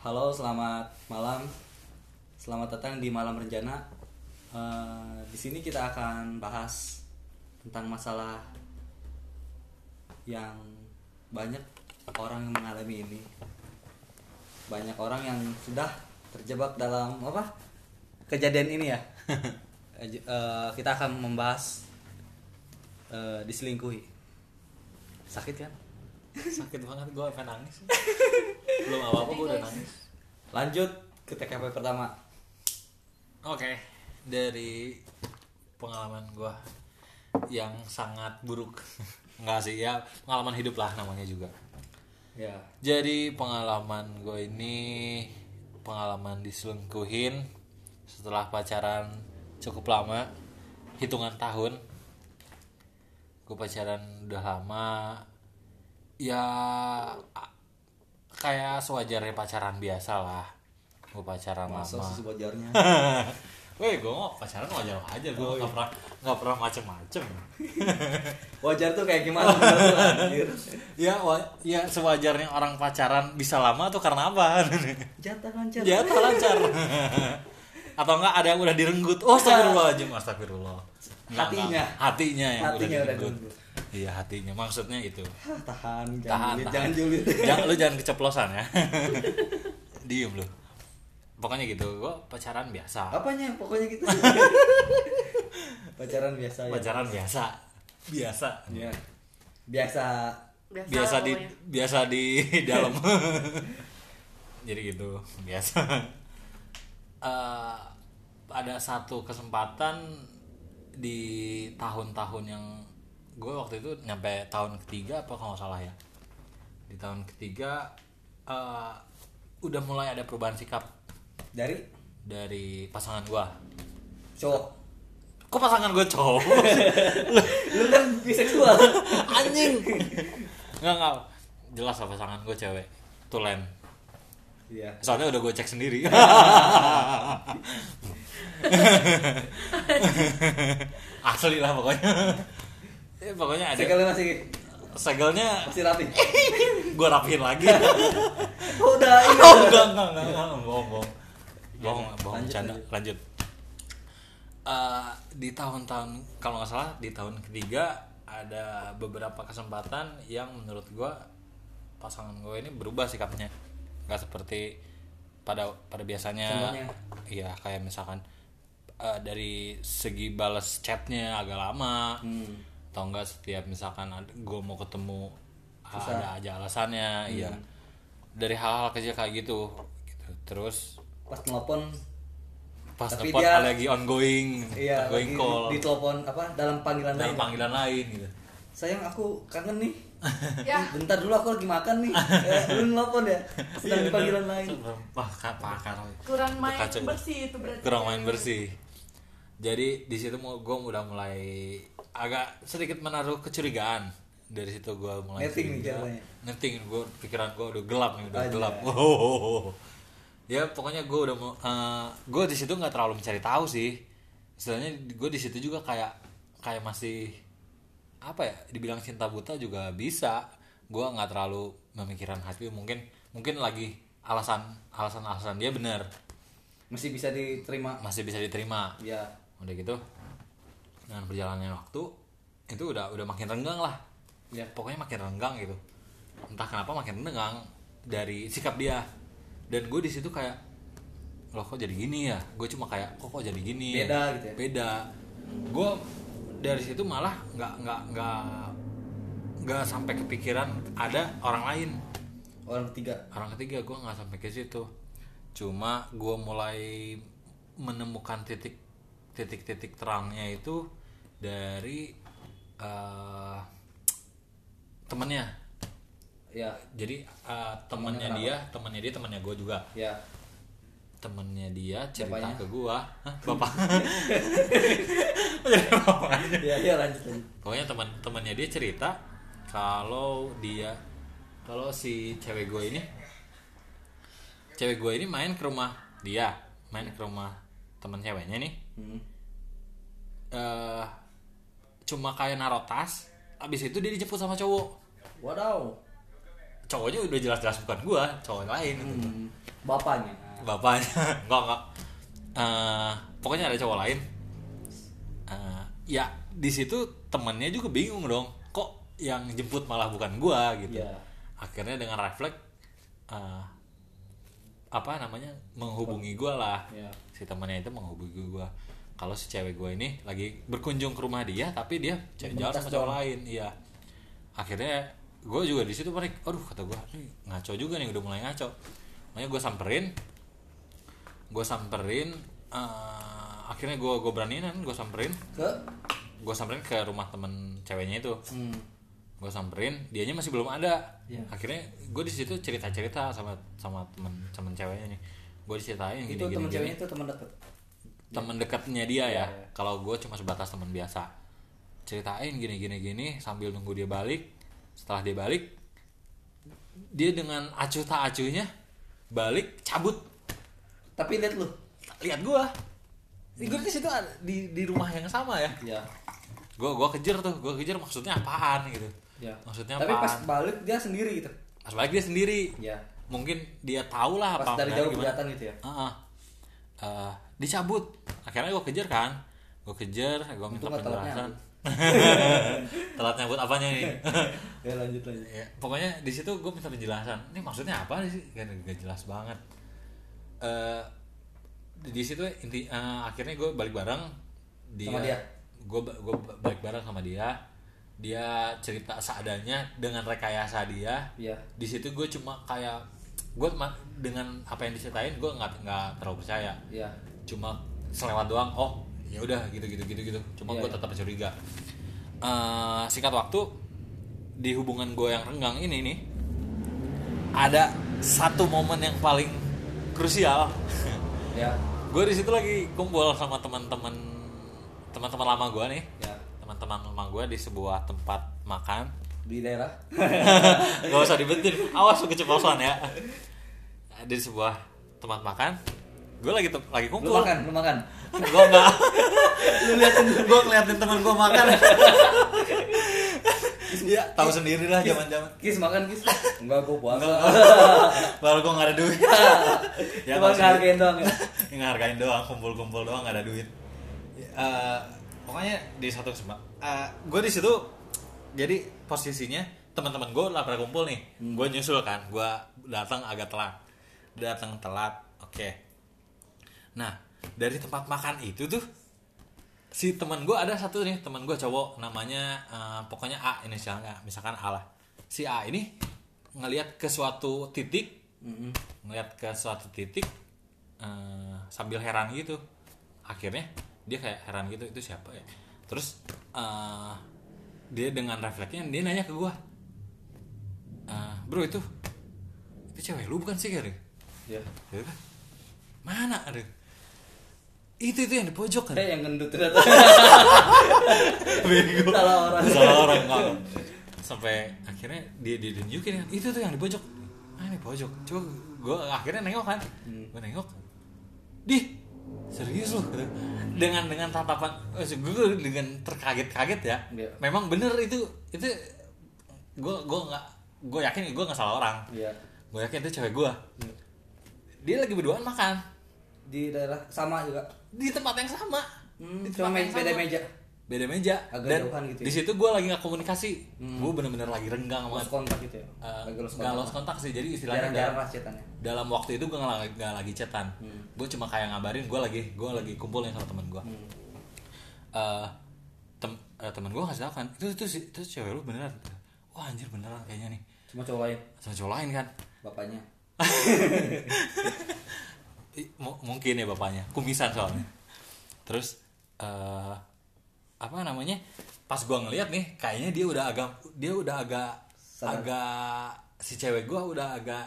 Halo, selamat malam. Selamat datang di Malam Rencana. Di sini kita akan bahas tentang masalah yang banyak orang yang mengalami ini. Banyak orang yang sudah terjebak dalam kejadian ini ya. Kita akan membahas diselingkuhi. Sakit kan? Sakit banget, gue pengen nangis. Belum apa-apa gue udah nangis. Lanjut ke TKP pertama. Oke, dari pengalaman gue yang sangat buruk. Enggak sih, ya pengalaman hidup lah namanya juga. Ya. Jadi pengalaman gue ini pengalaman diselingkuhin setelah pacaran cukup lama, hitungan tahun. Gue pacaran udah lama. Ya kayak sewajarnya pacaran biasa lah. Gue pacaran Masa lama. sewajarnya. Weh, gue mau pacaran wajar aja. Gue nggak pernah macem-macem. Wajar tuh kayak gimana menurut lu, anjir? Ya sewajarnya orang pacaran bisa lama tuh karena apa? Jatah lancar. Jatah lancar. Atau enggak ada yang udah direnggut. Oh, astagfirullahaladzim, astagfirullah. Hatinya yang udah direnggut. Iya, hatinya, maksudnya itu. Tahan. Jangan julid. Lu jangan keceplosan ya. Diem lu. Pokoknya gitu, gue pacaran biasa. Apanya? Pokoknya gitu. Pacaran biasa ya. Pacaran biasa. Ya. Biasa Biasa di dalam. Jadi gitu, biasa. Ada satu kesempatan di tahun-tahun yang gue waktu itu nyampe tahun ketiga apa kalau nggak salah ya, di tahun ketiga udah mulai ada perubahan sikap dari pasangan gue. Cowok. Kok pasangan gue cowok? Lu kan biseksual. Anjing. Nggak jelas lah pasangan gue cewek tulen. Iya. Soalnya udah gue cek sendiri. Asli lah pokoknya. Pokoknya ada. Segelnya masih rapi. Gue rapihin lagi. Udah ini. Enggak. Bohong, canda. Lanjut. Di tahun-tahun kalau nggak salah di tahun ketiga ada beberapa kesempatan yang menurut gue pasangan gue ini berubah sikapnya, nggak seperti pada biasanya. Contohnya? Iya, kayak misalkan dari segi balas chatnya agak lama, atau enggak setiap misalkan gue mau ketemu ada aja alasannya. Iya, dari hal-hal kecil kayak gitu. Terus pas telepon lagi ongoing, iya, ongoing call, di telepon dalam panggilan lain gitu. Sayang, aku kangen nih. Ya. Bentar dulu, aku lagi makan nih. Lu nelfon ya, sedang di panggilan lain. Kurang main bersih itu berarti. Kurang main bersih. Jadi di situ gue udah mulai agak sedikit menaruh kecurigaan. Dari situ gue mulai netting gue, pikiran gue udah gelap nih, gelap. Ya pokoknya gue udah gue di situ nggak terlalu mencari tahu sih. Istilahnya gue di situ juga kayak masih apa ya, dibilang cinta buta juga bisa. Gue nggak terlalu memikirkan hati. Mungkin lagi alasan dia benar, masih bisa diterima ya. Udah gitu dengan berjalannya waktu itu udah makin renggang lah ya. Pokoknya makin renggang gitu, entah kenapa makin renggang dari sikap dia. Dan gue di situ kayak, loh kok jadi gini ya. Gue cuma kayak kok jadi gini beda gitu ya. Beda. Gue dari situ malah nggak sampai kepikiran ada orang lain, orang ketiga gue nggak sampai ke situ. Cuma gue mulai menemukan titik terangnya itu dari temennya ya. Jadi temennya gue juga ya. Temennya dia cerita bapaknya ke gue. Bapak. Ya, lanjut. Pokoknya temannya dia cerita kalau si cewek gue ini main ke rumah teman ceweknya nih. Cuma kayak naro tas, abis itu dia dijemput sama cowok. Wadaw. cowoknya udah jelas-jelas bukan gue, cowok lain gitu. Bapaknya enggak. Pokoknya ada cowok lain. Ya di situ temennya juga bingung dong, kok yang jemput malah bukan gue gitu. Akhirnya dengan refleks menghubungi gue lah. Si temannya itu menghubungi gue kalau si cewek gue ini lagi berkunjung ke rumah dia, tapi dia jalan sama cowok lain. Iya. Akhirnya gue juga di situ panik. Aduh, kata gue, ini ngaco juga nih, udah mulai ngaco. Makanya gue samperin. Akhirnya gue beraniin, gue samperin ke rumah temen ceweknya itu. Gue samperin, dianya masih belum ada. Akhirnya gue di situ cerita sama temen ceweknya nih. Gue diceritain itu temen ceweknya itu teman dekat. Temen dekatnya dia ya. Kalau gue cuma sebatas teman biasa. Ceritain gini sambil nunggu dia balik. Setelah dia balik, dia dengan acuh tak acuhnya balik cabut. Tapi lihat gue di situ di rumah yang sama ya. Gue kejar maksudnya apaan gitu. Maksudnya tapi apaan? Pas balik dia sendiri gitu. Mungkin dia tahu lah pas apa dari jauh kelihatan gitu ya. Dicabut. Akhirnya gue kejar gue minta penjelasan. Telat nyambut apanya nih? Ya lanjut. Ya, pokoknya di situ gue minta penjelasan. Ini maksudnya apa sih? Gak jelas banget. Di situ akhirnya gue balik bareng sama dia. Gue balik bareng sama dia. Dia cerita seadanya dengan rekayasa dia. Di situ gue cuma kayak dengan apa yang diceritain gue nggak terlalu percaya. Cuma selewat doang. Oh ya udah gitu. Cuma gue tetap curiga. Singkat waktu di hubungan gue yang renggang ini nih, ada satu momen yang paling krusial. Gue di situ lagi kumpul sama teman-teman lama gue nih. Teman-teman lama gue di sebuah tempat makan di daerah. Gak usah dibetin, awas lu keceplosan ya. Di sebuah tempat makan, gue lagi kumpul. Lu makan. Gue enggak. Gue ngeliatin teman gue makan. Iya, tahu sendiri lah zaman-zaman. Kis makan. Enggak, gue puasa. Baru gue nggak ada duit. Ya cuma ngehargain doang ya. Ngehargain doang, kumpul doang nggak ada duit. Pokoknya di satu gue di situ, jadi posisinya teman-teman gue lah pada kumpul nih. Gue nyusul kan, gue datang agak telat. Oke. Nah dari tempat makan itu tuh si teman gue ada satu nih, teman gue cowok namanya pokoknya A inisialnya, misalkan A lah. Si A ini ngelihat ke suatu titik, sambil heran gitu. Akhirnya dia kayak heran gitu, itu siapa ya? Terus dia dengan refleksnya dia nanya ke gue, bro itu cewek lu bukan sih kayaknya? Ya. Mana ada? Itu yang di pojok kan? Yang gendut ternyata. Bego. Salah orang kan. Sampai akhirnya dia tunjukin kan, itu tuh yang di pojok. Ini pojok. Coba gue akhirnya nengok kan. Gue nengok. Serius lu? Dengan tatapan gue dengan terkaget-kaget ya. Memang bener itu gue yakin gue nggak salah orang. Gue yakin itu cewek gue. Dia lagi berduaan makan di daerah sama juga, di tempat yang sama. Cuma beda meja agak dan jauhan gitu ya? Di situ gue lagi nggak komunikasi. Gue bener-bener lagi renggang banget. Lost kontak gitu ya? Nggak lost kontak sih, jadi istilahnya dalam waktu itu gue nggak lagi chatan. Gue cuma kayak ngabarin gue lagi kumpul sama teman gue. Teman gue ngasih tau kan, itu cewek lu beneran. Wah anjir beneran kayaknya nih. Sama cowok lain kan? Bapaknya. Mungkin ya bapaknya, kumisan soalnya. Terus pas gue ngeliat nih, kayaknya dia udah agak si cewek gue udah agak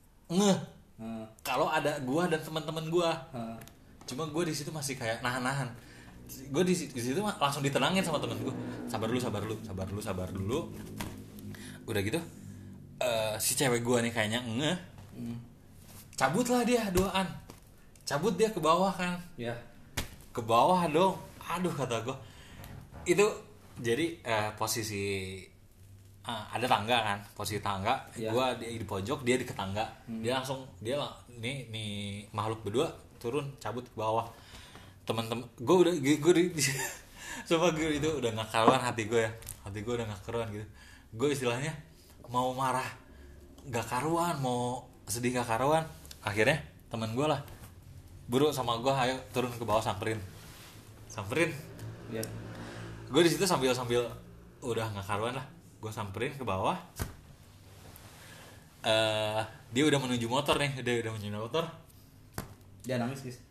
kalau ada gue dan teman-teman gue. Cuma gue di situ masih kayak nahan. Gue di situ langsung ditenangin sama temen gue. Sabar dulu. Udah gitu si cewek gue nih kayaknya cabutlah dia duaan. Cabut dia ke bawah kan. Ke bawah dong. Aduh kata gue. Itu jadi posisi ada tangga kan, posisi tangga, gua di pojok, dia di ketangga. Dia langsung nih makhluk berdua turun cabut ke bawah. Teman-teman gue coba gue itu udah gak karuan hati gue udah gak karuan gitu. Gue istilahnya mau marah gak karuan, mau sedih gak karuan. Akhirnya teman gue lah buru sama gue, ayo turun ke bawah, samperin yeah. Gue di situ sambil udah gak karuan lah, gue samperin ke bawah. Dia udah menuju motor nih, udah menuju motor. Dia nangis guys.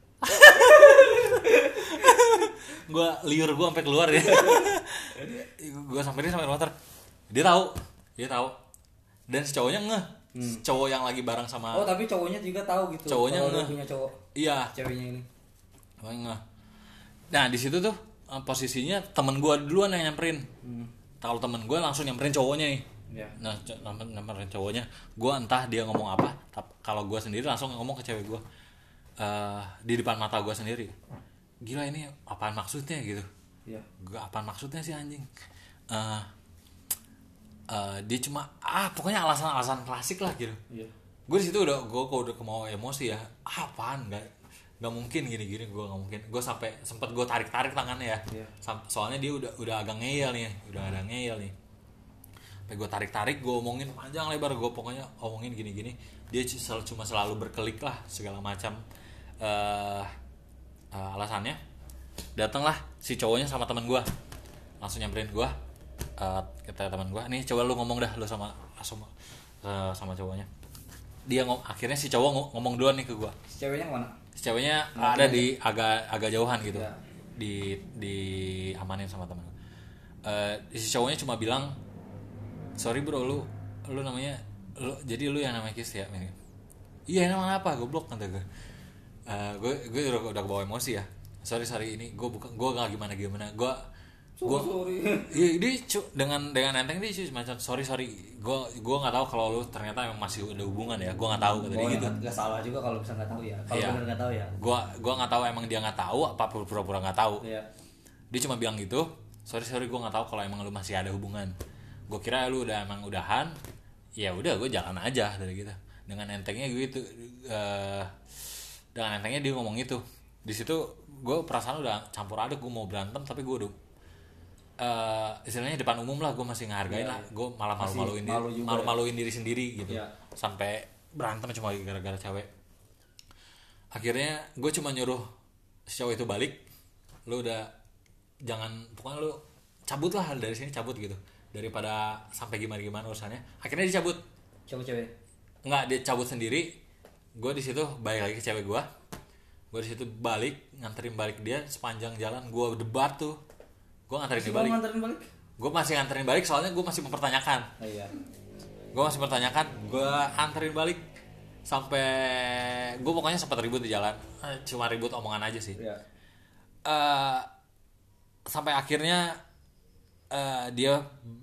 Gue liur gue sampai keluar ya. Gue samperin sampai motor. Dia tahu. Dan si cowoknya ngeh. Cowok yang lagi bareng sama. Oh, tapi cowoknya juga tahu gitu. Cowoknya ngeh. Punya cowok. Iya. Ceweknya ini. Ngeh. Nah di situ tuh posisinya temen gue duluan yang nyamperin. Kalau temen gue langsung nyamperin cowoknya nih. Yeah. Nah nyamperin cowoknya. Gue entah dia ngomong apa. Kalau gue sendiri langsung ngomong ke cewek gue. Di depan mata gue sendiri, gila ini apaan maksudnya gitu. Yeah. Gue apaan maksudnya sih anjing. Dia cuma pokoknya alasan klasik lah gitu. Yeah. Gue di situ udah kemau emosi ya. Apaan nggak mungkin gini gue nggak mungkin. Gue sampai sempet gue tarik tangannya ya. Yeah. Soalnya dia udah agak ngeyel nih, Sampai gue tarik, gue omongin panjang lebar, gue pokoknya omongin gini. Dia cuma selalu berkelik lah segala macam. Alasannya datanglah si cowoknya sama teman gue, langsung nyamperin gue, kata teman gue, nih coba lu ngomong dah lu sama cowoknya. Dia akhirnya si cowok ngomong duluan nih ke gue. Si ceweknya kemana? Si ceweknya ada di agak jauhan gitu. Ya. Di amanin sama teman gue. Si cowoknya cuma bilang, sorry bro, lu namanya jadi lu yang namanya Kis ya? Iya, namanya apa? Goblok kata gue. Gue udah kebawa emosi ya. Sorry ini gue nggak gimana gue sorry. Iya, dia dengan enteng dia macam sorry gue nggak tahu kalau lu ternyata memang masih ada hubungan ya, gue nggak tahu kata dia gitu. Nggak salah juga kalau bisa nggak tahu ya, kalau benar nggak tahu ya. Gue nggak tahu emang dia nggak tahu apa pura-pura nggak tahu. Iya. Dia cuma bilang gitu, sorry gue nggak tahu kalau emang lu masih ada hubungan. Gue kira lu udah emang udahan, ya udah gue jalan aja dari gitu. Dengan entengnya gitu. Dengan entengnya dia ngomong itu. Di situ gue perasaan udah campur aduk, gue mau berantem tapi gue udah istilahnya depan umum lah, gue masih ngehargain lah. Gue malah malu-maluin diri sendiri gitu. Sampai berantem cuma gara-gara cewek. Akhirnya gue cuma nyuruh si cowok itu balik. Lu udah pokoknya lu cabut lah dari sini, cabut gitu. Daripada sampai gimana urusannya. Akhirnya dia cabut. Cabut cewek? Enggak, dia cabut sendiri. Gue di situ balik lagi ke cewek gue di situ nganterin balik dia sepanjang jalan. Gue debat tuh, gue nganterin dia balik. Gue masih nganterin balik soalnya gue masih mempertanyakan. Iya. Gue masih mempertanyakan, gue anterin balik sampai gue pokoknya sempat ribut di jalan. Cuma ribut omongan aja sih. Iya. Sampai akhirnya dia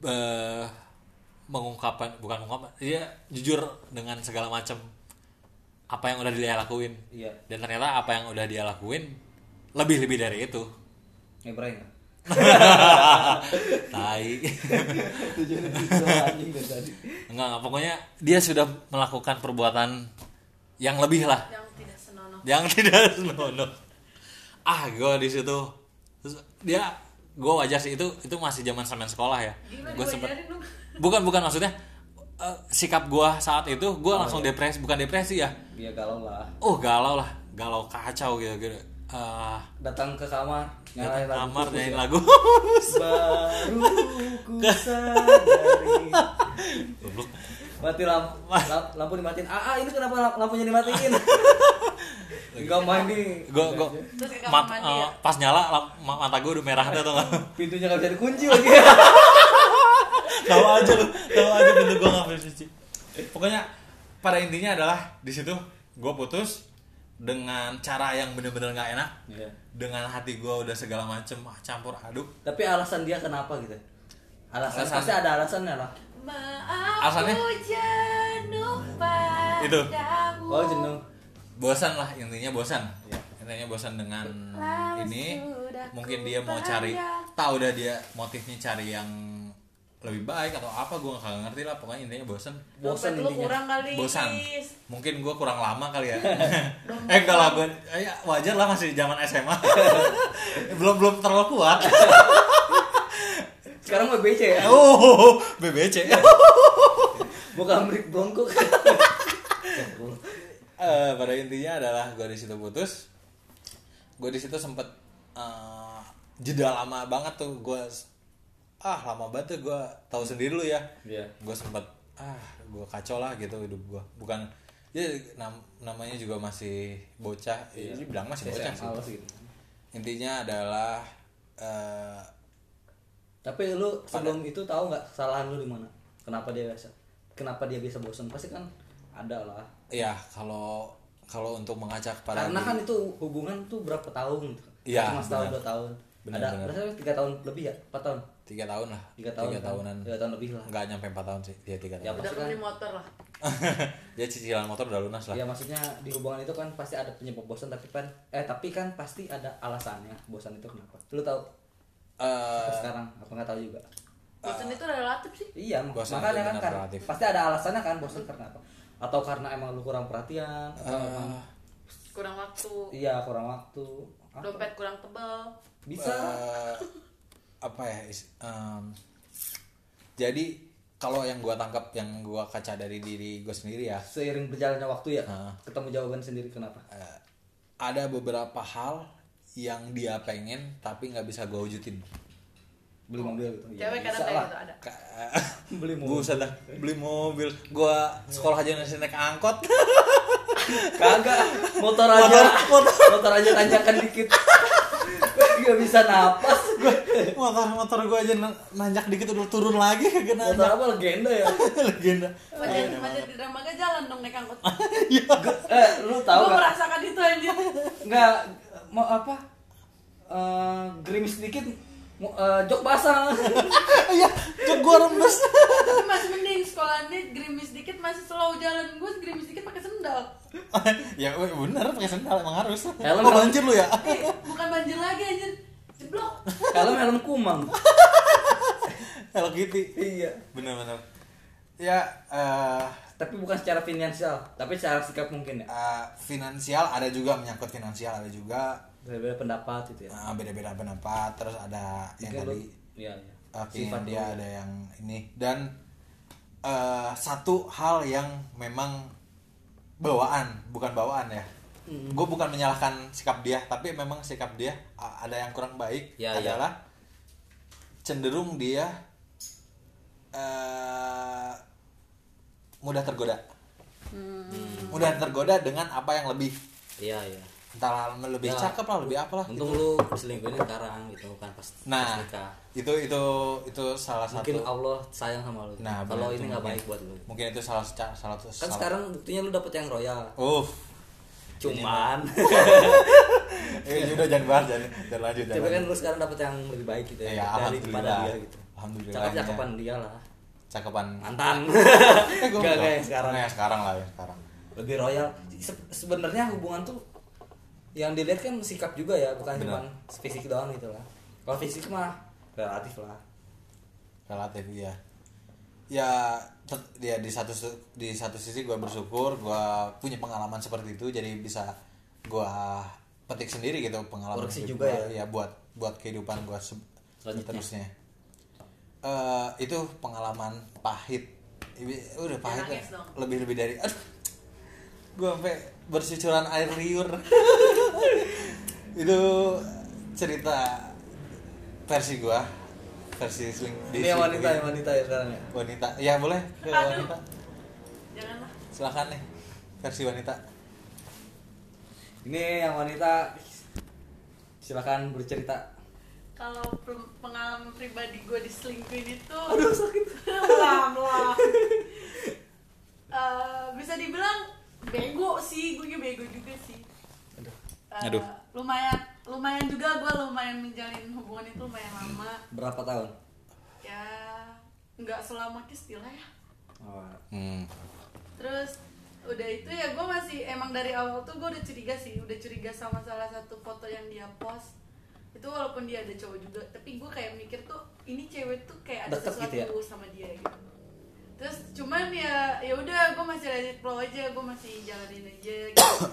dia jujur dengan segala macam apa yang udah dia lakuin. Iya. Dan ternyata apa yang udah dia lakuin lebih dari itu. Ngebrain. Tai. Enggak, pokoknya dia sudah melakukan perbuatan yang lebih lah. Yang tidak senonoh. Gue di situ. Terus gue wajar sih, itu masih zaman sekolah ya. Gue sempet. Bukan maksudnya. Sikap gue saat itu gue langsung depresi, bukan depresi ya. Iya, galau lah. Galau kacau gitu. Datang ke kamar, nyanyiin lagu. Baru ku sadari. Mati lampu dimatiin. Ini kenapa lampunya dimatiin? Enggak mandi. Gue pas nyala mata gue udah merah tuh nggak? Pintunya nggak bisa dikunci lagi. Tahu aja pintu gue nggak bisa dikunci. Pokoknya pada intinya adalah di situ gue putus dengan cara yang benar-benar nggak enak. Yeah. Dengan hati gue udah segala macem campur aduk. Tapi alasan dia kenapa gitu? Alasan pasti ada alasannya lah. Alasannya? Jenuh itu. Oh, jenuh. Bosan lah, intinya bosan. Yeah. Intinya bosan dengan ini. Mungkin dia mau cari, tahu dah dia motifnya cari yang lebih baik atau apa gue nggak ngerti lah, pokoknya intinya bosan lu kurang kali. bosan mungkin gue kurang lama kali ya. Enggak lah, gue ya wajar lah, masih zaman SMA. belum terlalu kuat. Sekarang BBC ya. Oh, BBC. Bukan break bronco. Pada intinya adalah gue di situ putus. Gue di situ sempet jeda lama banget tuh. Gue lama banget tuh, gue tahu sendiri lu ya. Iya. Gue sempet gue kacau lah gitu hidup gue. Bukan ya namanya juga masih bocah. Iya. Ini bilang masih bocah sih. Gitu. Intinya adalah tapi lu sebelum itu tahu nggak kesalahan lu di mana? Kenapa dia bisa bosan? Pasti kan ada lah. Iya, kalau untuk mengacak pada karena kan itu hubungan tuh berapa tahun gitu. Iya, cuma setahun 2 tahun. Ada berapa 3 tahun lebih ya? 4 tahun. 3 tahun lah. 3 tahunan. 3 tahun lebih lah. Enggak nyampe 4 tahun sih, dia 3 tahun. Ya udah beli motor lah. Dia cicilan motor udah lunas lah. Ya maksudnya di hubungan itu kan pasti ada penyebab bosan, tapi kan pasti ada alasannya bosan itu kenapa. Lu tahu? Sekarang apa enggak tahu juga? Bosan itu relatif sih. Iya, makanya kan pasti ada alasannya kan bosan karena apa? Atau karena emang lu kurang perhatian atau emang kurang waktu. Iya, kurang waktu. Dompet kurang tebal. Bisa. Apa ya? Jadi kalau yang gua tangkap, yang gua kaca dari diri gua sendiri ya, seiring berjalannya waktu ya, ketemu jawaban sendiri kenapa. Ada beberapa hal yang dia pengen tapi nggak bisa gua wujudin. Beli mobil gitu. Cewek kadang kayak gitu ada. Beli mobil. Buset dah, beli mobil. Gua sekolah aja masih naik angkot. Kagak, motor aja tanjakan dikit. Gak bisa napas. Motor gua aja nanjak dikit udah turun lagi, kagak nanjak. Motor apa, legenda ya? Legenda. Macam di Dermaga jalan dong naik angkot. Lu tahu gua enggak? merasakan itu anjir. Enggak mau apa? Gerimis dikit jok basah. Iya, jok gua rembes. Tapi masih mending sekolahnya gerimis dikit masih slow jalan. Gue gerimis dikit pakai sendal. Ya bener, pakai sendal emang harus. Helm banjir lu ya? Bukan banjir lagi anjir. Jeblok. Helm kumang. Hello Kitty. Iya. Bener-bener. Ya, tapi bukan secara finansial, tapi secara sikap mungkin ya. Finansial ada juga, menyangkut finansial ada juga. Beda-beda pendapat gitu ya. Beda-beda pendapat, terus ada yang tadi. Iya. Sifat dia ada yang ini, dan satu hal yang memang bukan bawaan ya. Gue bukan menyalahkan sikap dia, tapi memang sikap dia ada yang kurang baik ya, adalah cenderung dia mudah tergoda. Mudah tergoda dengan apa yang lebih. Iya. Entah lebih cakep lah, lebih apalah. Untung gitu. lu selingkuhin sekarang gitu, kan pas nikah. Itu salah mungkin satu. Allah sayang sama lu. Nah, kalau ini nggak baik buat lu. Mungkin itu salah kan satu. Sekarang buktinya lu dapet yang royal. Cuman udah jangan bahas, jangan lanjut. Tapi kan lu sekarang dapet yang lebih baik gitu ya, daripada dia gitu. Alhamdulillah. Cakepan dia lah. Cakepan mantan. Gak sekarang. Sekarang lah ya, sekarang. Lebih royal. Sebenarnya hubungan tuh yang dilihat kan sikap juga ya, bukan cuma fisik doang gitu lah. Kalau fisik mah relatif lah. Relatif ya. Ya di satu sisi gue bersyukur gue punya pengalaman seperti itu, jadi bisa gue petik sendiri gitu pengalaman juga gua, ya buat kehidupan gue seterusnya. Itu pengalaman pahit, udah pahit ya, lebih dari gue sampai bercucuran air liur. Itu cerita versi gue, versi ini yang wanita ya sekarang ya. Wanita ya, boleh ke wanita. Janganlah. Silakan nih versi wanita. Ini yang wanita, silakan bercerita. Kalau pengalaman pribadi gue diselingkuhin itu, aduh sakit. Lah. Bisa dibilang bego sih, gue bego juga sih. Aduh. Lumayan juga gue menjalin hubungan itu lumayan lama. Berapa tahun? Ya nggak selama kiss lah ya. Terus udah itu ya gue masih emang dari awal tuh gue udah curiga sama salah satu foto yang dia post. itu walaupun dia ada cowok juga, tapi gue kayak mikir tuh ini cewek tuh kayak ada deket sesuatu gitu ya? sama dia gitu. Terus cuman ya udah gue masih let it flow aja, gue masih jalanin aja gitu.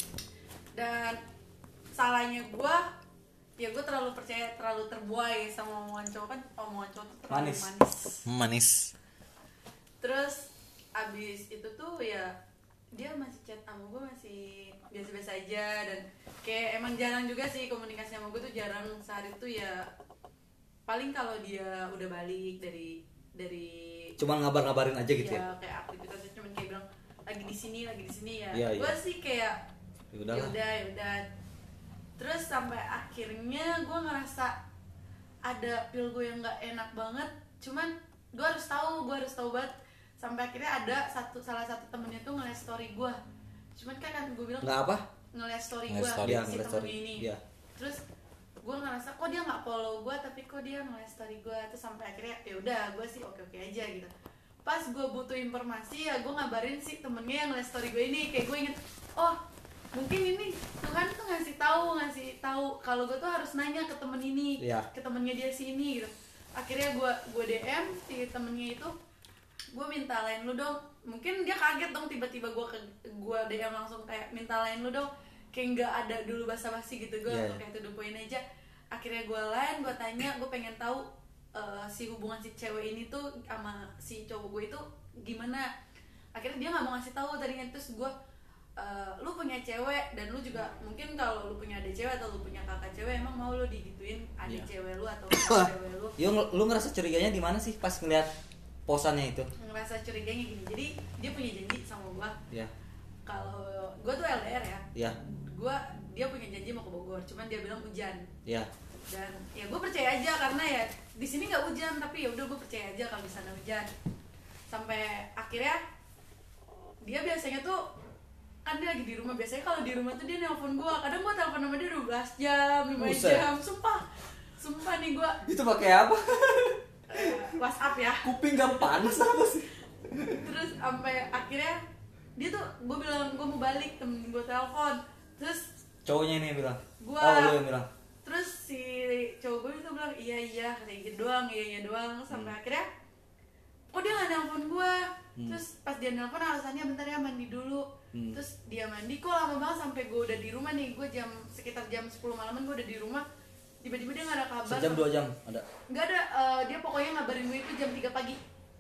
Dan salahnya gue ya gue terlalu percaya, terlalu terbuai sama omongan cowok kan. Omongan cowok tuh terlalu manis. Terus abis itu tuh ya dia masih chat sama gue masih biasa-biasa aja, dan kayak emang jarang juga sih komunikasi sama gue tuh jarang. Sehari tuh ya paling kalau dia udah balik dari cuman ngabarin aja gitu ya, kayak aktivitasnya cuman kayak bilang lagi di sini ya, iya. Gue sih kayak ya udah. Terus sampai akhirnya gue ngerasa ada feel gue yang nggak enak banget, cuman gue harus tahu banget. Sampai akhirnya ada salah satu temennya tuh ngeliat story gue, cuman kan gue bilang nggak apa ngeliat story gue si temennya ini ya. Terus gue ngerasa kok dia nggak follow gue tapi kok dia ngeliat story gue. Terus sampai akhirnya ya udah gue sih oke aja gitu. Pas gue butuh informasi ya gue ngabarin si temennya yang ngeliat story gue ini. Kayak gue inget, oh mungkin ini Tuhan tuh ngasih tahu kalau gue tuh harus nanya ke temen ini, ke temennya dia sini gitu. Akhirnya gue DM si temennya itu, gue minta line lu dong. Mungkin dia kaget dong tiba-tiba gue DM langsung kayak minta line lu dong, kayak nggak ada dulu basa-basi gitu. Gue kayak to the point aja. Akhirnya gue line, gue tanya, gue pengen tahu si hubungan si cewek ini tuh sama si cowok gue itu gimana. Akhirnya dia nggak mau ngasih tahu tadinya. Terus gue lu punya cewek dan lu juga mungkin kalau lu punya adik cewek atau lu punya kakak cewek, emang mau lu digituin adik cewek lu atau kakak cewek lu? Lu ngerasa curiganya di mana sih pas ngeliat posannya itu? Ngerasa curiganya gini, jadi dia punya janji sama gua. Iya. Kalau gua tuh LDR ya. Iya. Dia punya janji mau ke Bogor, cuman dia bilang hujan. Iya. Dan ya gua percaya aja karena ya di sini nggak hujan, tapi ya udah gua percaya aja kalau di sana hujan. Sampai akhirnya dia biasanya tuh kan dia lagi di rumah, biasanya kalau di rumah tuh dia nelpon gua. Kadang gua telepon sama dia 12 jam, 5 jam. Sumpah nih gua. Itu pakai apa? WhatsApp ya. Kuping gak panas apa sih? Terus sampai akhirnya dia tuh, gua bilang gua mau balik, temen gua telepon. Terus cowoknya ini yang bilang. Gua. Lu yang bilang. Terus si cowok gua itu bilang iya kayak gitu doang, iya doang. Sampai akhirnya kok dia gak nelpon gua. Terus pas dia nelpon alasannya bentar ya mandi dulu. Terus dia mandi kok lama banget, sampai gue udah di rumah nih. Gue sekitar jam 10 malaman gue udah di rumah. Tiba-tiba dia gak ada kabar. Sejam 2 jam ada? Gak ada, dia pokoknya ngabarin gue itu jam 3 pagi.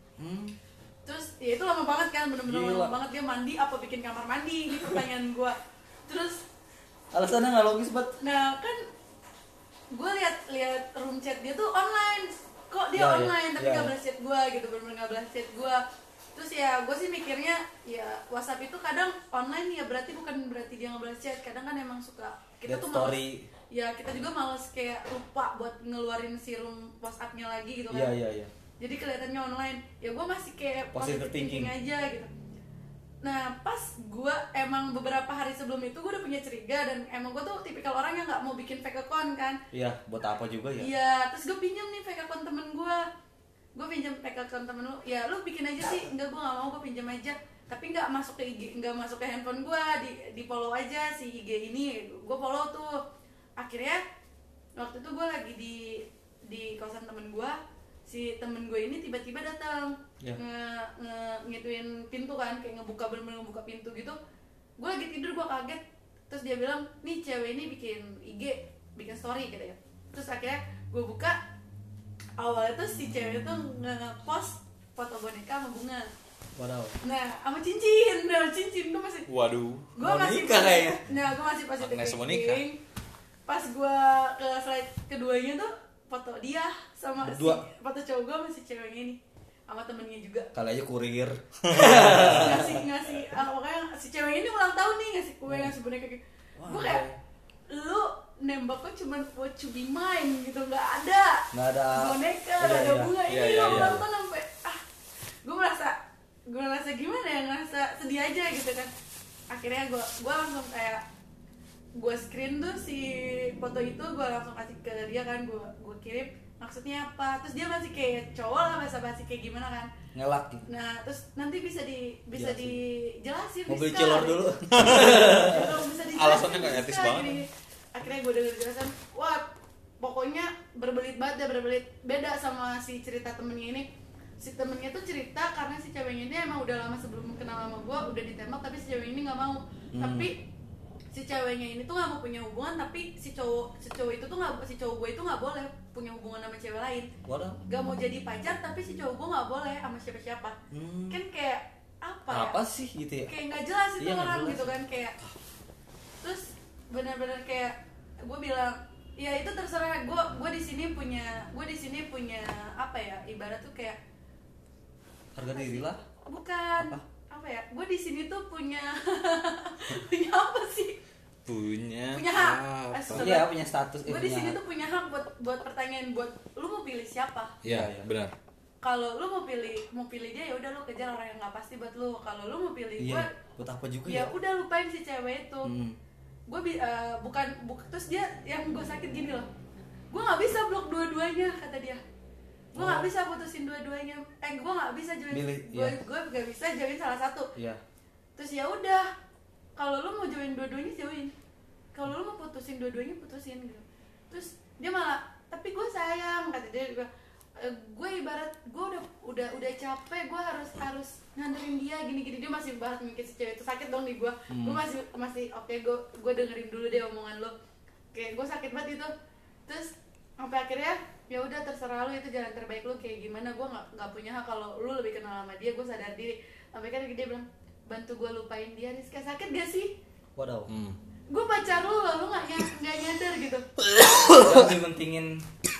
Terus ya itu lama banget kan, bener-bener lama banget. Dia mandi apa bikin kamar mandi, ini pertanyaan gue. Terus alasannya gak logis banget. Nah kan gue lihat room chat dia tuh online. Kok dia online tapi gak balas chat gue gitu, bener-bener gak balas chat gue. Terus ya gue sih mikirnya ya WhatsApp itu kadang online ya berarti bukan berarti dia ngebalas chat. Kadang kan emang suka kita tuh males, ya kita juga males kayak lupa buat ngeluarin si room WhatsApp-nya lagi gitu kan. Iya. Jadi kelihatannya online. Ya gue masih kayak positive thinking aja gitu. Nah pas gue emang beberapa hari sebelum itu gue udah punya curiga, dan emang gue tuh tipikal orang yang nggak mau bikin fake account kan. Iya, buat apa juga ya? Iya, terus gue pinjam nih fake account temen gue. Gue pinjam fake account temen lu, ya lu bikin aja sih. Enggak, gue gak mau, gue pinjam aja. Tapi gak masuk ke IG, gak masuk ke handphone gue, di follow aja si IG ini. Gue follow tuh. Akhirnya waktu itu gue lagi di kosan temen gue. Si temen gue ini tiba-tiba datang ngituin pintu kan, kayak bener-bener ngebuka pintu gitu. Gue lagi tidur, gue kaget. Terus dia bilang, nih cewek ini bikin IG, bikin story gitu ya. Terus akhirnya gue buka. Awalnya tuh si cewek tuh nge-post foto boneka sama bunga. Waduh. Nah, sama cincin tuh masih. Waduh. Gue masih kayaknya. Nah, gue masih positif thinking. Pas gue ke slide keduanya tuh foto dia sama foto cowok gue sama si ceweknya ini, sama temennya juga. Kali aja kurir. ngasih pokoknya si cewek ini ulang tahun nih, ngasih kue, ngasih boneka gitu. Gue kayak, lu nembaknya cuma what to be mine gitu, nggak ada boneka, nggak ada bunga. Ini lo ulang tahun sampai gue merasa gimana ya, ngerasa sedih aja gitu kan. Akhirnya gue langsung kayak gue screen tuh si foto itu, gue langsung kasih ke dia kan, gue kirim maksudnya apa. Terus dia masih kayak cowok lah, basa-basi kayak gimana kan, ngelak gitu. Nah terus nanti bisa dijelasin, mobil cilor dulu. Bisa dijelasin, alasannya nggak etis banget. Akhirnya gue denger jelasan, wah pokoknya berbelit banget, berbelit beda sama si cerita temennya ini. Si temennya tuh cerita karena si ceweknya ini emang udah lama sebelum kenal sama gue udah ditembak, tapi si cewek ini nggak mau. Tapi si ceweknya ini tuh nggak mau punya hubungan, tapi si cowok itu tuh nggak, si cowok gue itu nggak boleh punya hubungan sama cewek lain. Gak mau jadi pacar, tapi si cowok gue nggak boleh sama siapa-siapa. Kan kayak apa ya? Sih gitu ya? Kayak nggak jelas itu orang gitu kan, kayak terus benar-benar kayak gue bilang ya itu terserah, gue di sini punya apa ya, ibarat tuh kayak harga diri lah. Bukan apa ya, gue di sini tuh punya punya apa sih, punya hak. Iya, punya status. Gue di sini tuh punya hak buat pertanyaan, buat lu mau pilih siapa. Iya benar. Kalau lu mau pilih dia ya udah lu kejar orang yang nggak pasti buat lu. Kalau lu mau pilih gue, buat apa juga ya udah lupain si cewek itu. Gue bukan terus dia yang gue sakit gini loh, gue nggak bisa blok dua-duanya kata dia. Gue nggak bisa putusin dua-duanya. Gue nggak bisa join. Gue nggak bisa join salah satu. Terus ya udah, kalau lu mau join dua-duanya join. Kalau lu mau putusin dua-duanya putusin gitu. Terus dia malah, tapi gue sayang kata dia. Gue ibarat gue udah capek, gue harus nganterin dia gini-gini. Dia masih bahas mikir si cewek itu, sakit dong di gue. Gue masih oke, gue dengerin dulu deh omongan lo. Kayak gue sakit banget itu. Terus sampai akhirnya ya udah terserah lu, itu jalan terbaik lu kayak gimana. Gue nggak punya hak kalau lu lebih kenal sama dia. Gue sadar diri. Sampai kan dia bilang, bantu gue lupain dia. Rizka, sakit gak sih? Waduh. Gue pacar lu nggak nyadar gitu. Lebih mentingin.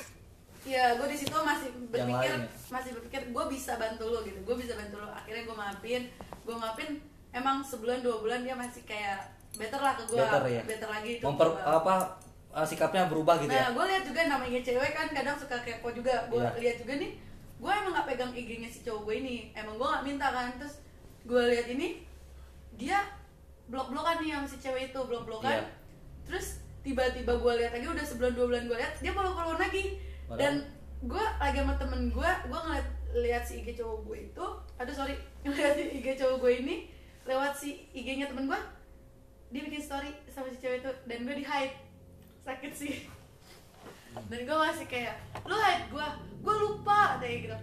Ya gue di situ masih berpikir gue bisa bantu lo gitu, gue bisa bantu lo. Akhirnya gue maafin. Emang sebulan 2 bulan dia masih kayak better lah ke gue, better lagi itu. Sikapnya berubah gitu ya. Nah gue lihat juga namanya cewek kan kadang suka kepo juga. Gue lihat juga nih, gue emang nggak pegang IG-nya si cowok gue ini, emang gue nggak minta kan. Terus gue lihat ini dia blok-blokan nih sama si cewek itu, blok-blokan. Terus tiba-tiba gue lihat lagi, udah sebulan 2 bulan gue lihat dia follow-followan lagi. Dan gue lagi sama temen gue ngeliat si IG cowok gue itu, ngeliat si IG cowok gue ini lewat si IG-nya temen gue, dia bikin story sama si cewek itu dan gue di hide. Sakit sih. Dan gue masih kayak, lu hide gue lupa kayak gitu.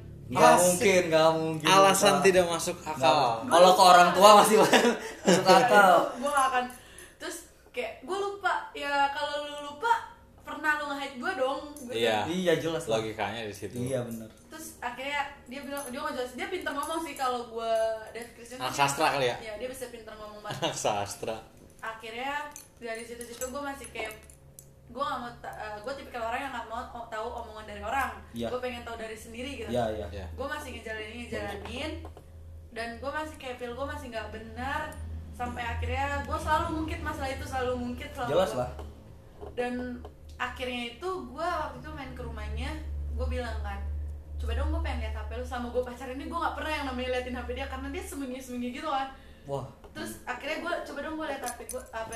Gak mungkin. Alasan tidak masuk akal. Kalau ke orang tua masih masuk akal. Gue gak akan. Terus kayak gue lupa. Ya kalau lu lupa, pernah lu nge-hide gue dong. Iya jelas. Logikanya di situ. Iya benar. Terus akhirnya dia bilang, dia nggak jelas. Dia pintar ngomong sih kalau gue deskripsi. Anak sastra kali ya? Iya, dia bisa pintar ngomong banget. Anak sastra. Akhirnya dari situ gue masih kayak, gue nggak mau, gue tipikal orang yang nggak mau tahu omongan dari orang. Gue pengen tahu dari sendiri gitu. Gue masih ngejalanin, dan gue masih kayak feel gue masih nggak benar. Sampai akhirnya gue selalu ngungkit masalah itu, jelas lah. Dan akhirnya itu gue waktu itu main ke rumahnya, gue bilang kan, coba dong gue pengen lihat HP lu. Sama gue pacaran ini gue nggak pernah yang namanya liatin HP dia, karena dia sembunyi gitu kan. Terus akhirnya gue coba dong gue lihat HP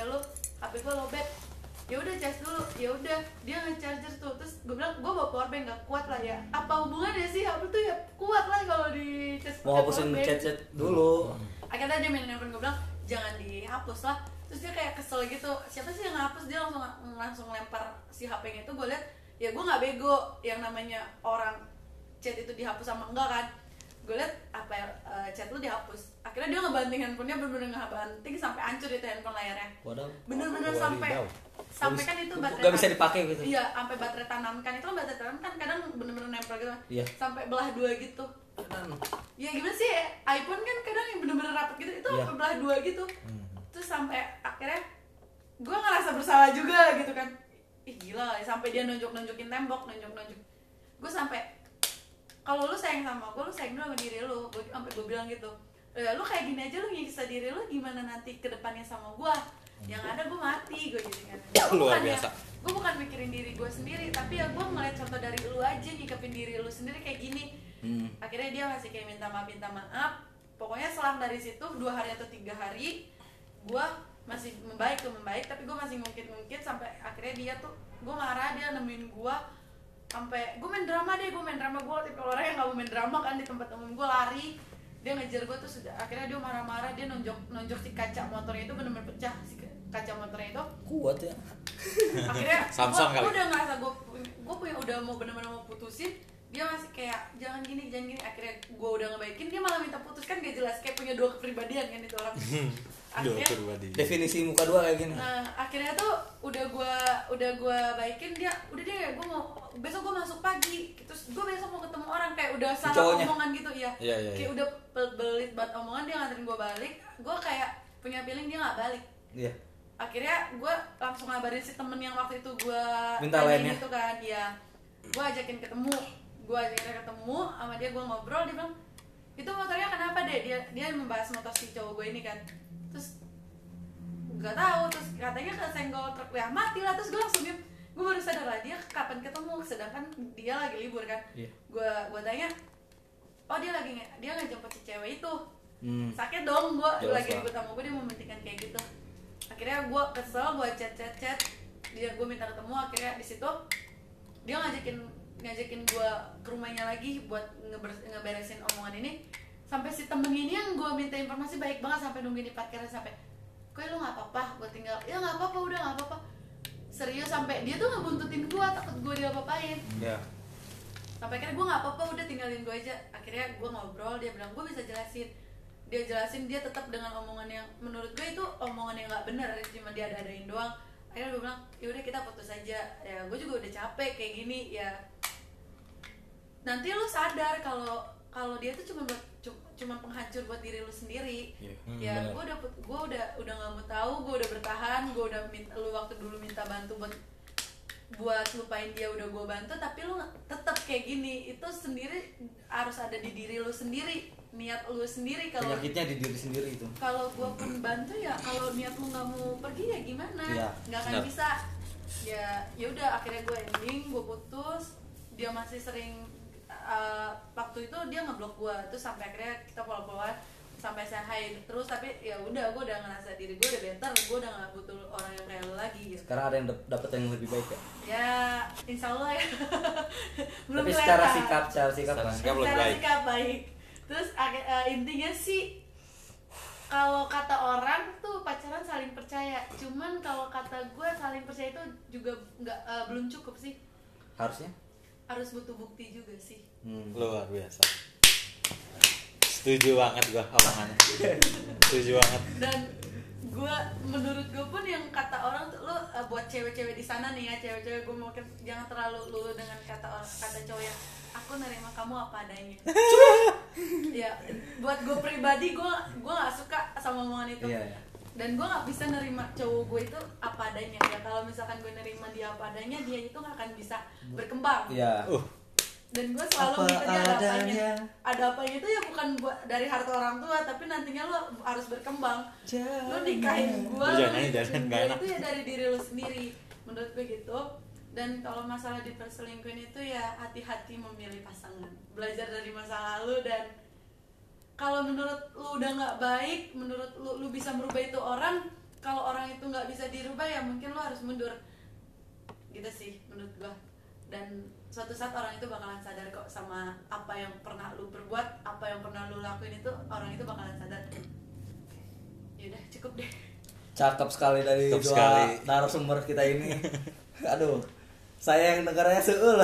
gue lowbat. Ya udah cas dulu, ya udah dia nge-charger tuh. Terus gue bilang, gue bawa powerbank, nggak kuat lah ya. Apa hubungannya sih HP tuh ya kuat lah kalau di cas. Mau hapusin chat dulu. Akhirnya dia main handphone, gue bilang jangan dihapus lah. Terus dia kayak kesel gitu, siapa sih yang ngapus? Dia langsung lempar si HP-nya itu. Gue lihat, ya gue nggak bego yang namanya orang chat itu dihapus sama enggak kan. Gue lihat chat lu dihapus. Akhirnya dia ngebanting handphonenya, bener-bener ngebanting sampai hancur itu handphone layarnya. Bener-bener sampai kan itu baterai nggak bisa dipakai gitu. Iya, sampai baterai tanam kan, itu kan baterai tanam kan kadang bener-bener nempel gitu. Sampai belah 2 gitu. Ya gimana sih, iPhone kan kadang yang bener-bener rapat gitu, itu sampai belah 2 gitu. Terus sampai akhirnya gue ngerasa bersalah juga gitu kan. Ih gila, sampai dia nunjuk-nunjukin tembok, nunjuk-nunjuk. Gue sampai, kalau lu sayang sama gue, lu sayang dulu sama diri lu. Sampai gue bilang gitu, lu kayak gini aja lu nyiksa diri lu, gimana nanti ke depannya sama gue? Yang ada gue mati, gue jadi kan. Luar biasa. Gue bukan mikirin diri gue sendiri, tapi ya gue ngeliat contoh dari lu aja, nyikapin diri lu sendiri kayak gini. Akhirnya dia masih kayak minta maaf. Pokoknya selang dari situ 2 hari atau 3 hari, gue masih membaik, tapi gue masih ngungkit sampai akhirnya dia tuh, gue marah, dia nemuin gue sampai gue main drama. Gue tipe orang yang nggak mau main drama kan di tempat umum. Gue lari, dia ngejar gue tuh, sudah akhirnya dia marah-marah, dia nonjok si kaca motornya itu, bener-bener pecah si kaca motornya itu. Kuat ya. Akhirnya Samsung gue udah ngerasa gue gue punya udah mau benar-benar mau putusin, dia masih kayak jangan gini. Akhirnya gue udah ngebaikin, dia malah minta putus, kan gak jelas, kayak punya 2 kepribadian kan itu orang. Akhirnya definisi muka 2 kayak gini. Nah akhirnya tuh udah gue baikin, dia udah deh, gue mau besok gue masuk pagi, terus gue besok mau ketemu orang, kayak udah salah cowoknya. omongan gitu ya. Kayak udah belit banget omongan, dia nganterin gue balik, gue kayak punya feeling dia nggak balik. Iya. Akhirnya gue langsung ngabarin si temen yang waktu itu gue minta lainnya gitu kan, dia gue ajakin ketemu sama dia, gue ngobrol, dia bilang itu motornya kenapa deh, dia membahas motor si cowok gue ini kan, terus nggak tahu, terus katanya kesenggol truk, ya mati lah. Terus gue langsung diem, gue baru sadar lah dia kapan ketemu, sedangkan dia lagi libur kan. Gue tanya, oh dia ngejemput si cewek itu. Sakit dong, gue lagi ribut sama gue, dia mementingkan kayak gitu. Akhirnya gue kesel, gue chat dia, gue minta ketemu. Akhirnya di situ dia ngajakin gue ke rumahnya lagi buat ngeberesin omongan ini. Sampai si temen ini yang gue minta informasi baik banget, sampai nungguin di parkiran, sampai kok lu nggak apa-apa, gue tinggal, ya nggak apa-apa, udah nggak apa-apa, serius. Sampai dia tuh ngebuntutin gue, takut gue diapa-apain. Sampai akhirnya gue nggak apa-apa, udah tinggalin gue aja. Akhirnya gue ngobrol, dia bilang gue bisa jelasin, dia tetap dengan omongan yang menurut gue itu omongan yang nggak benar, cuma dia ada-adain doang. Akhirnya gue bilang yaudah kita putus aja, ya gue juga udah capek kayak gini ya. Nanti lu sadar kalau dia tuh cuma penghancur buat diri lu sendiri. Ya gue udah nggak mau tahu, gue udah bertahan, gue udah minta lu waktu dulu minta bantu buat lupain dia, udah gue bantu, tapi lu tetap kayak gini. Itu sendiri harus ada di diri lu sendiri, niat lu sendiri. Kalau penyakitnya di diri sendiri itu. Kalau gue pun bantu ya, kalau niat lu nggak mau pergi ya gimana, nggak akan bisa. Ya udah, akhirnya gue ending, gue putus. Dia masih sering waktu itu dia ngeblok gue, terus sampai akhirnya kita follow-followan sampai saya hi terus. Tapi ya udah, gue udah ngerasa diri gue udah better, gue udah nggak butuh orang yang kayak lo lagi gitu. Sekarang ada yang dapat yang lebih baik ya? Ya insya Allah ya. Belum tapi kelihatan. secara sikap baik. Terus intinya sih, kalau kata orang tuh pacaran saling percaya, cuman kalau kata gue saling percaya itu juga belum cukup sih. Harus butuh bukti juga sih. Luar biasa. Setuju banget gue omongannya. Setuju banget. Dan menurut gue pun yang kata orang tuh, lo buat cewek-cewek di sana nih ya, cewek-cewek, gue mungkin jangan terlalu lulu dengan kata cowok yang aku nerima kamu apa adanya. Ya buat gue pribadi, gue nggak suka sama omongan itu. Dan gue nggak bisa nerima cowok gue itu apa adanya. Ya kalau misalkan gue nerima dia apa adanya, dia itu nggak akan bisa berkembang. Dan gue selalu minta dia ada apanya itu ya bukan buat dari harta orang tua, tapi nantinya lo harus berkembang. Lo nikahin gue, itu ya dari diri lo sendiri, menurut gue gitu. Dan kalau masalah diperselingkuhin itu ya hati-hati memilih pasangan, belajar dari masa lalu. Dan kalau menurut lu udah nggak baik, menurut lu bisa merubah itu orang, kalau orang itu nggak bisa dirubah ya mungkin lu harus mundur gitu sih menurut gua. Dan suatu saat orang itu bakalan sadar kok sama apa yang pernah lu perbuat, apa yang pernah lu lakuin, itu orang itu bakalan sadar. Yaudah cukup deh. Cakep sekali dari dua narasumber kita ini. Aduh, saya yang dengarnya seul.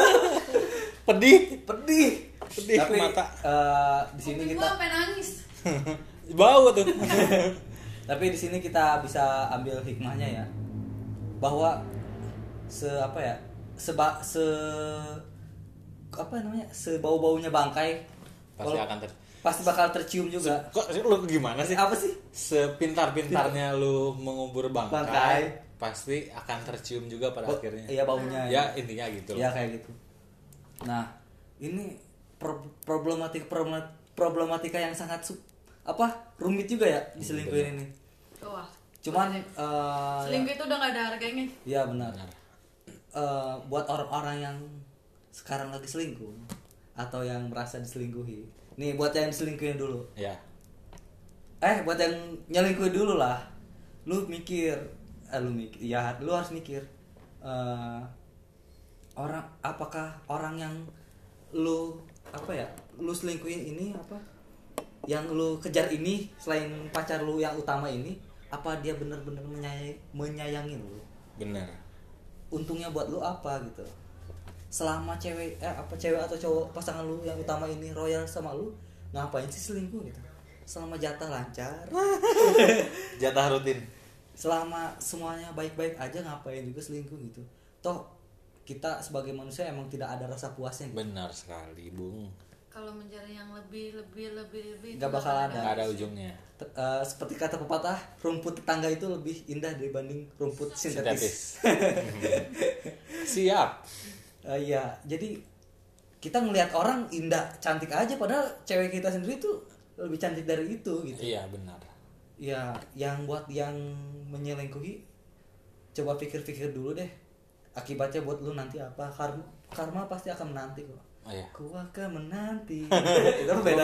pedih tapi mata. Di sini kita sampai nangis. Bau tuh. Tapi di sini kita bisa ambil hikmahnya ya, bahwa sebau-baunya bangkai pasti bakal tercium juga. Kok lu gimana sih? Apa sih? Sepintar-pintarnya lu mengubur bangkai, pasti akan tercium juga pada akhirnya. Iya, baunya. Ya intinya gitu. Ya kayak gitu. Nah, ini problematika yang sangat rumit juga ya diselingkuhin ini. Wah. Cuman selingkuh itu udah gak ada harganya. Iya benar. Buat orang-orang yang sekarang lagi selingkuh atau yang merasa diselingkuhi. Nih buat yang diselingkuhin dulu. Ya. Buat yang nyelingkuhin dulu lah. Lu harus mikir. Apakah orang yang lu selingkuhin ini yang lu kejar ini, selain pacar lu yang utama ini, apa dia benar-benar menyayangi lu? Benar. Untungnya buat lu apa gitu? selama cewek atau cowok pasangan lu yang utama ini royal sama lu, ngapain sih selingkuh gitu? Selama jatah lancar, jatah rutin, selama semuanya baik-baik aja, ngapain juga selingkuh gitu? Toh kita sebagai manusia emang tidak ada rasa puasnya gitu. Benar sekali Bung. Kalau mencari yang lebih nggak bakal ada. Nggak ada ujungnya. Seperti kata pepatah, rumput tetangga itu lebih indah dibanding rumput sintetis. Siap. Iya, jadi kita ngelihat orang indah, cantik aja, padahal cewek kita sendiri tuh lebih cantik dari itu gitu. Iya benar. Ya, yang buat yang menyelingkuhi, coba pikir-pikir dulu deh, akibatnya buat lu nanti apa? Karma pasti akan menanti kok. Oh, iya. Ku akan menanti. Itu beda.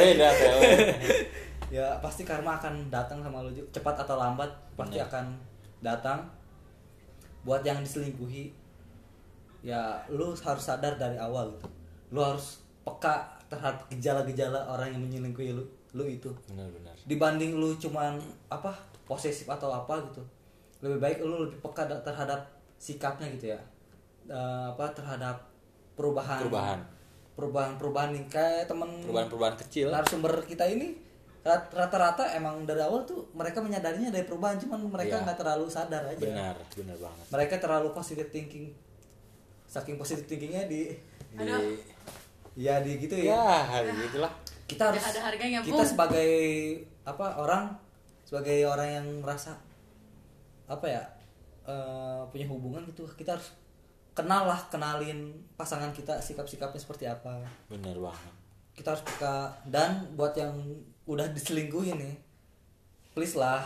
Ya pasti karma akan datang sama lu, cepat atau lambat pasti akan datang. Buat yang diselingkuhi, ya lu harus sadar dari awal gitu. Lu harus peka terhadap gejala-gejala orang yang menyelingkuhi lu itu. Benar. Dibanding lu cuman posesif atau apa gitu, lebih baik lu lebih peka terhadap sikapnya gitu ya. Terhadap perubahan nih, kayak perubahan kecil. Narasumber kita ini rata-rata emang dari awal tuh mereka menyadarinya dari perubahan, cuman mereka nggak terlalu sadar aja. Benar banget. Mereka terlalu positive thinking, saking positive thinkingnya ya di gitu ya. Ya gitulah. Kita harus ada harganya, kita sebagai orang yang merasa punya hubungan gitu, kita harus kenalin pasangan kita, sikap-sikapnya seperti apa. Benar banget. Kita harus peka. Dan buat yang udah diselingkuhin nih, please lah,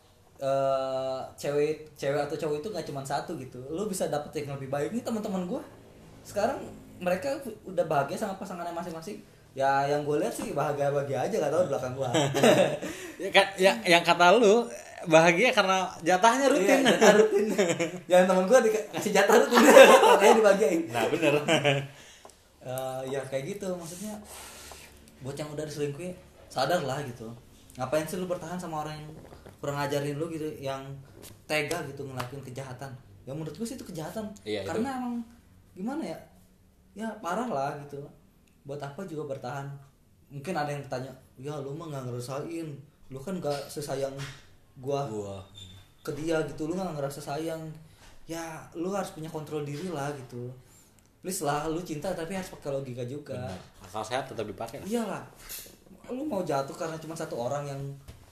cewek atau cowok itu nggak cuma satu gitu, lu bisa dapet yang lebih baik. Nih teman-teman gue sekarang mereka udah bahagia sama pasangannya masing-masing. Ya yang gue lihat sih bahagia aja, gak tau di belakang gue. Ya kan, yang kata lu bahagia karena jatahnya rutin. Iya, jatah rutin. Jangan teman gue dikasih jatah rutin, makanya dibagiin. Nah bener. Ya kayak gitu maksudnya. Buat yang udah diselingkuhi, sadar lah gitu. Ngapain sih lu bertahan sama orang yang kurang ngajarin lu gitu, yang tega gitu ngelakuin kejahatan. Ya menurut gue sih itu kejahatan. Iya, karena emang gimana ya? Ya parah lah gitu. Buat apa juga bertahan? Mungkin ada yang tanya, ya lu mah nggak ngerasain, lu kan nggak sesayang gua ke dia gitu, lu nggak ngerasa sayang. Ya lu harus punya kontrol diri lah gitu. Please lah, lu cinta tapi harus pakai logika juga. Benar. Akal sehat tetap dipakai. Iyalah, lu mau jatuh karena cuma satu orang yang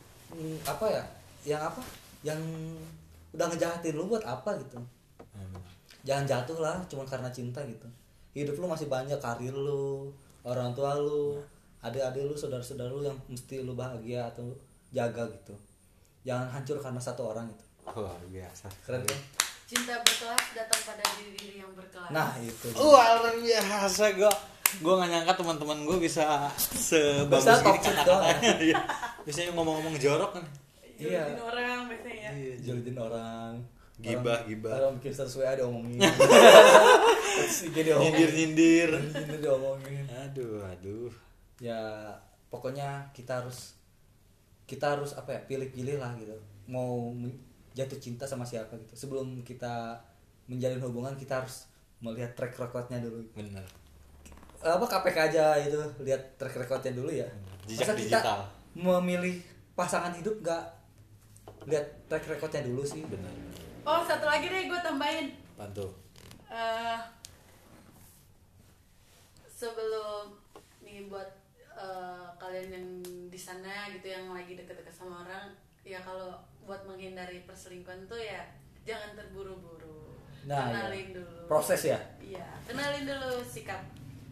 yang udah ngejahatin lu, buat apa gitu? Jangan jatuh lah cuma karena cinta gitu. Hidup lu masih banyak, karir lu, orang tua lu, adik-adik lu, saudara-saudara lu yang mesti lu bahagia atau jaga gitu. Jangan hancur karena satu orang itu. Wah biasa. Keren kan? Cinta berkelas datang pada diri yang berkelas. Nah itu. Luar biasa, gue nggak nyangka teman-teman gue bisa sebagus ini kata-katanya. Biasanya ngomong-ngomong jorok kan. Iya. Julitin orang biasanya. Iya, julitin orang. Gibah. Orang bikin status WA diomongin. Nyindir. Diomongin. Aduh. Ya pokoknya kita harus pilih-pilih lah gitu. Mau jatuh cinta sama siapa gitu. Sebelum kita menjalin hubungan, kita harus melihat track recordnya dulu. Bener. KPK aja itu, lihat track recordnya dulu ya. Jejak Masa digital. kita memilih pasangan hidup gak lihat track recordnya dulu sih? Bener. Oh, satu lagi deh gue tambahin. Bantu. Sebelum nih buat kalian yang di sana gitu yang lagi deket-deket sama orang, ya kalau buat menghindari perselingkuhan tuh ya jangan terburu-buru. Nah, kenalin ya. dulu. Proses ya? Iya, kenalin dulu sikap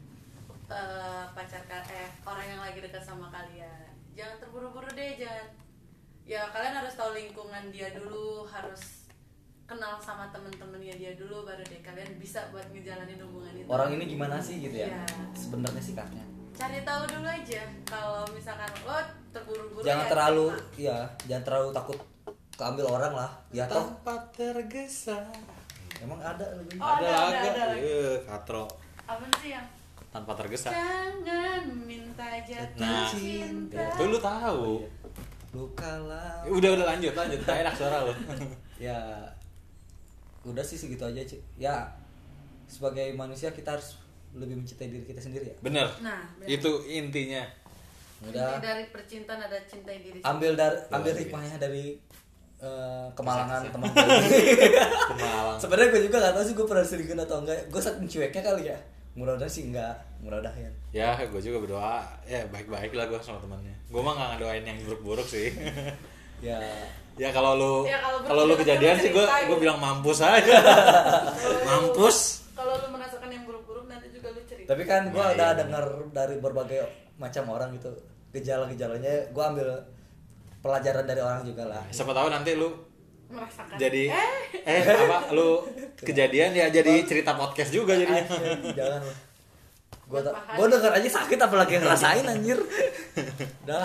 orang yang lagi dekat sama kalian. Jangan terburu-buru deh, jangan. Ya kalian harus tahu lingkungan dia dulu, harus kenal sama temen-temennya dia dulu, baru deh kalian bisa buat ngejalanin hubungan itu. Orang ini gimana sih gitu ya? Iya. Sebenarnya sikapnya. Cari tahu dulu aja. Kalau misalkan lo terburu-buru Jangan ya jangan terlalu takut keambil orang lah. Ya toh Tempat tergesa. emang ada lagi. Oh, ada lagi. Katro. Apa sih yang Tanpa tergesa. jangan minta jatuh Nah, cinta. Itu lu tahu. Lukalah. Udah lanjut. Gak enak suara lu. Ya udah sih segitu aja, Cik. Ya sebagai manusia kita harus lebih mencintai diri kita sendiri ya. Bener. Nah, Itu intinya. Inti dari percintaan ada cintai diri. Ambil hikmahnya dari kemalangan teman gue. Kemalang. Sebenarnya gue juga gak tahu sih gue pernah selingkuh atau enggak. Gue saking cueknya kali ya. Mudah-mudahan sih enggak. Mudah-mudahan. Ya, gue juga berdoa ya baik-baik lah gue sama temannya. Gue mah nggak ngadoain yang buruk-buruk sih. Ya kalau lu kejadian sih gue bilang mampus aja. Mampus. Kalau lu merasakan yang buruk-buruk nanti juga lu cerita. Tapi kan gue udah dengar dari berbagai macam orang gitu gejala-gejalanya. Gue ambil pelajaran dari orang juga lah. Siapa tahu nanti lu Merasakan. jadi apa lu kejadian ya jadi cerita podcast juga jadinya. Jangan lah. Gue denger aja sakit apalagi ngerasain anjir. Udah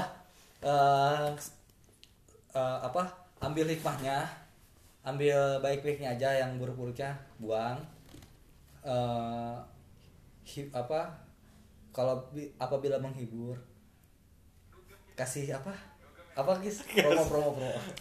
ambil hikmahnya, ambil baik-baiknya aja, yang buruk-buruknya buang. Kalau apabila menghibur kasih apa guys, promo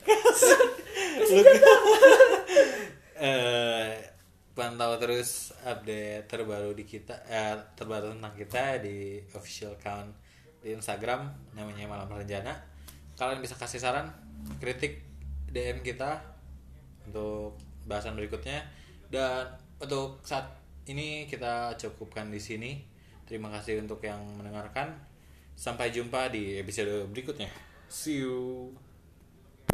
pantau terus update terbaru terbaru tentang kita di official account di Instagram namanya Malam Rencana. Kalian bisa kasih saran, kritik, DM kita untuk bahasan berikutnya, dan untuk saat ini kita cukupkan di sini. Terima kasih untuk yang mendengarkan. Sampai jumpa di episode berikutnya. See you.